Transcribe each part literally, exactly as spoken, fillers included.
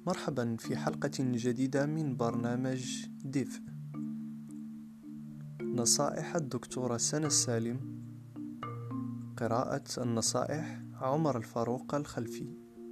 مرحبا في حلقة جديدة من برنامج ديف. نصائح الدكتورة سنة السالم. قراءة النصائح عمر الفاروق الخلفي.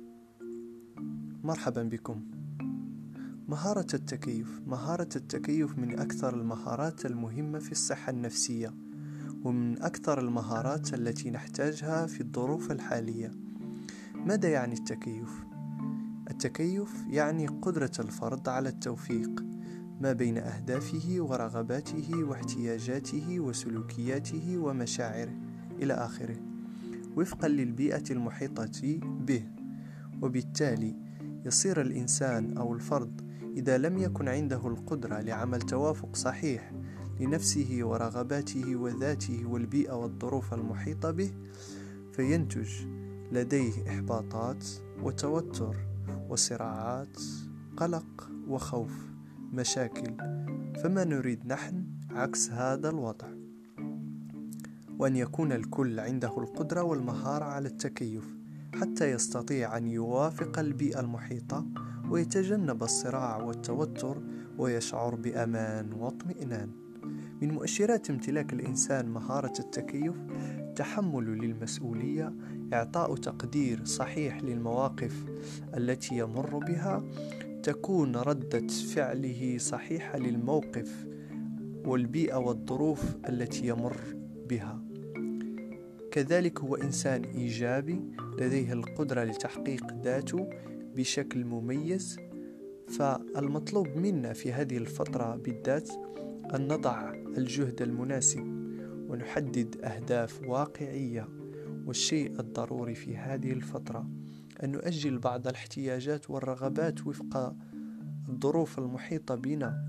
مرحبا بكم. مهارة التكيف. مهارة التكيف من أكثر المهارات المهمة في الصحة النفسية، ومن أكثر المهارات التي نحتاجها في الظروف الحالية. ماذا يعني التكيف؟ التكيف يعني قدرة الفرد على التوفيق ما بين أهدافه ورغباته واحتياجاته وسلوكياته ومشاعره إلى آخره، وفقا للبيئة المحيطة به. وبالتالي يصير الإنسان أو الفرد إذا لم يكن عنده القدرة لعمل توافق صحيح لنفسه ورغباته وذاته والبيئة والظروف المحيطة به، فينتج لديه إحباطات وتوتر وصراعات، قلق وخوف، مشاكل. فما نريد نحن عكس هذا الوضع، وأن يكون الكل عنده القدرة والمهارة على التكيف حتى يستطيع أن يوافق البيئة المحيطة ويتجنب الصراع والتوتر ويشعر بأمان واطمئنان. من مؤشرات امتلاك الإنسان مهارة التكيف تحمل للمسؤولية، إعطاء تقدير صحيح للمواقف التي يمر بها، تكون ردة فعله صحيحة للموقف والبيئة والظروف التي يمر بها. كذلك هو إنسان إيجابي لديه القدرة لتحقيق ذاته بشكل مميز. فالمطلوب منا في هذه الفترة بالذات أن نضع الجهد المناسب ونحدد أهداف واقعية. والشيء الضروري في هذه الفترة أن نؤجل بعض الاحتياجات والرغبات وفق الظروف المحيطة بنا.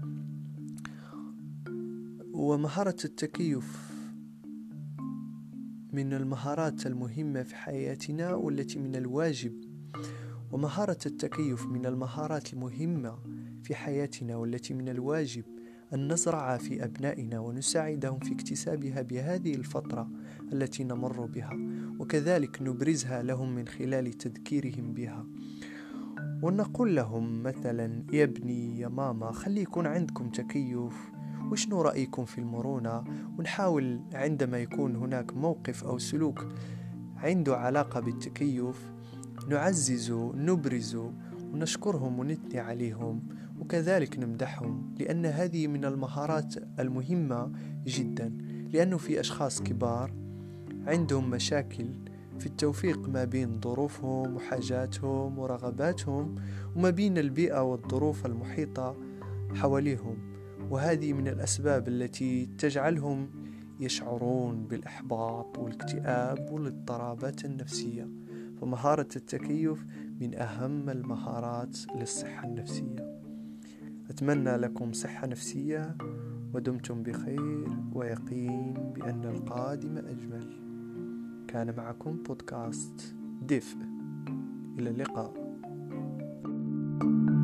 ومهارة التكيف من المهارات المهمة في حياتنا والتي من الواجب ومهارة التكيف من المهارات المهمة في حياتنا والتي من الواجب أن نزرعها في أبنائنا ونساعدهم في اكتسابها بهذه الفترة التي نمر بها، وكذلك نبرزها لهم من خلال تذكيرهم بها. ونقول لهم مثلا: يا ابني يا ماما، خلي يكون عندكم تكيف، وشنو رأيكم في المرونة؟ ونحاول عندما يكون هناك موقف أو سلوك عنده علاقة بالتكيف نعززه نبرزه ونشكرهم ونثني عليهم، وكذلك نمدحهم، لأن هذه من المهارات المهمة جدا. لأنه في أشخاص كبار عندهم مشاكل في التوفيق ما بين ظروفهم وحاجاتهم ورغباتهم وما بين البيئة والظروف المحيطة حواليهم، وهذه من الأسباب التي تجعلهم يشعرون بالإحباط والاكتئاب والاضطرابات النفسية. فمهارة التكيف من أهم المهارات للصحة النفسية. أتمنى لكم صحة نفسية ودمتم بخير ويقين بأن القادم أجمل. كان معكم بودكاست دفء. إلى اللقاء.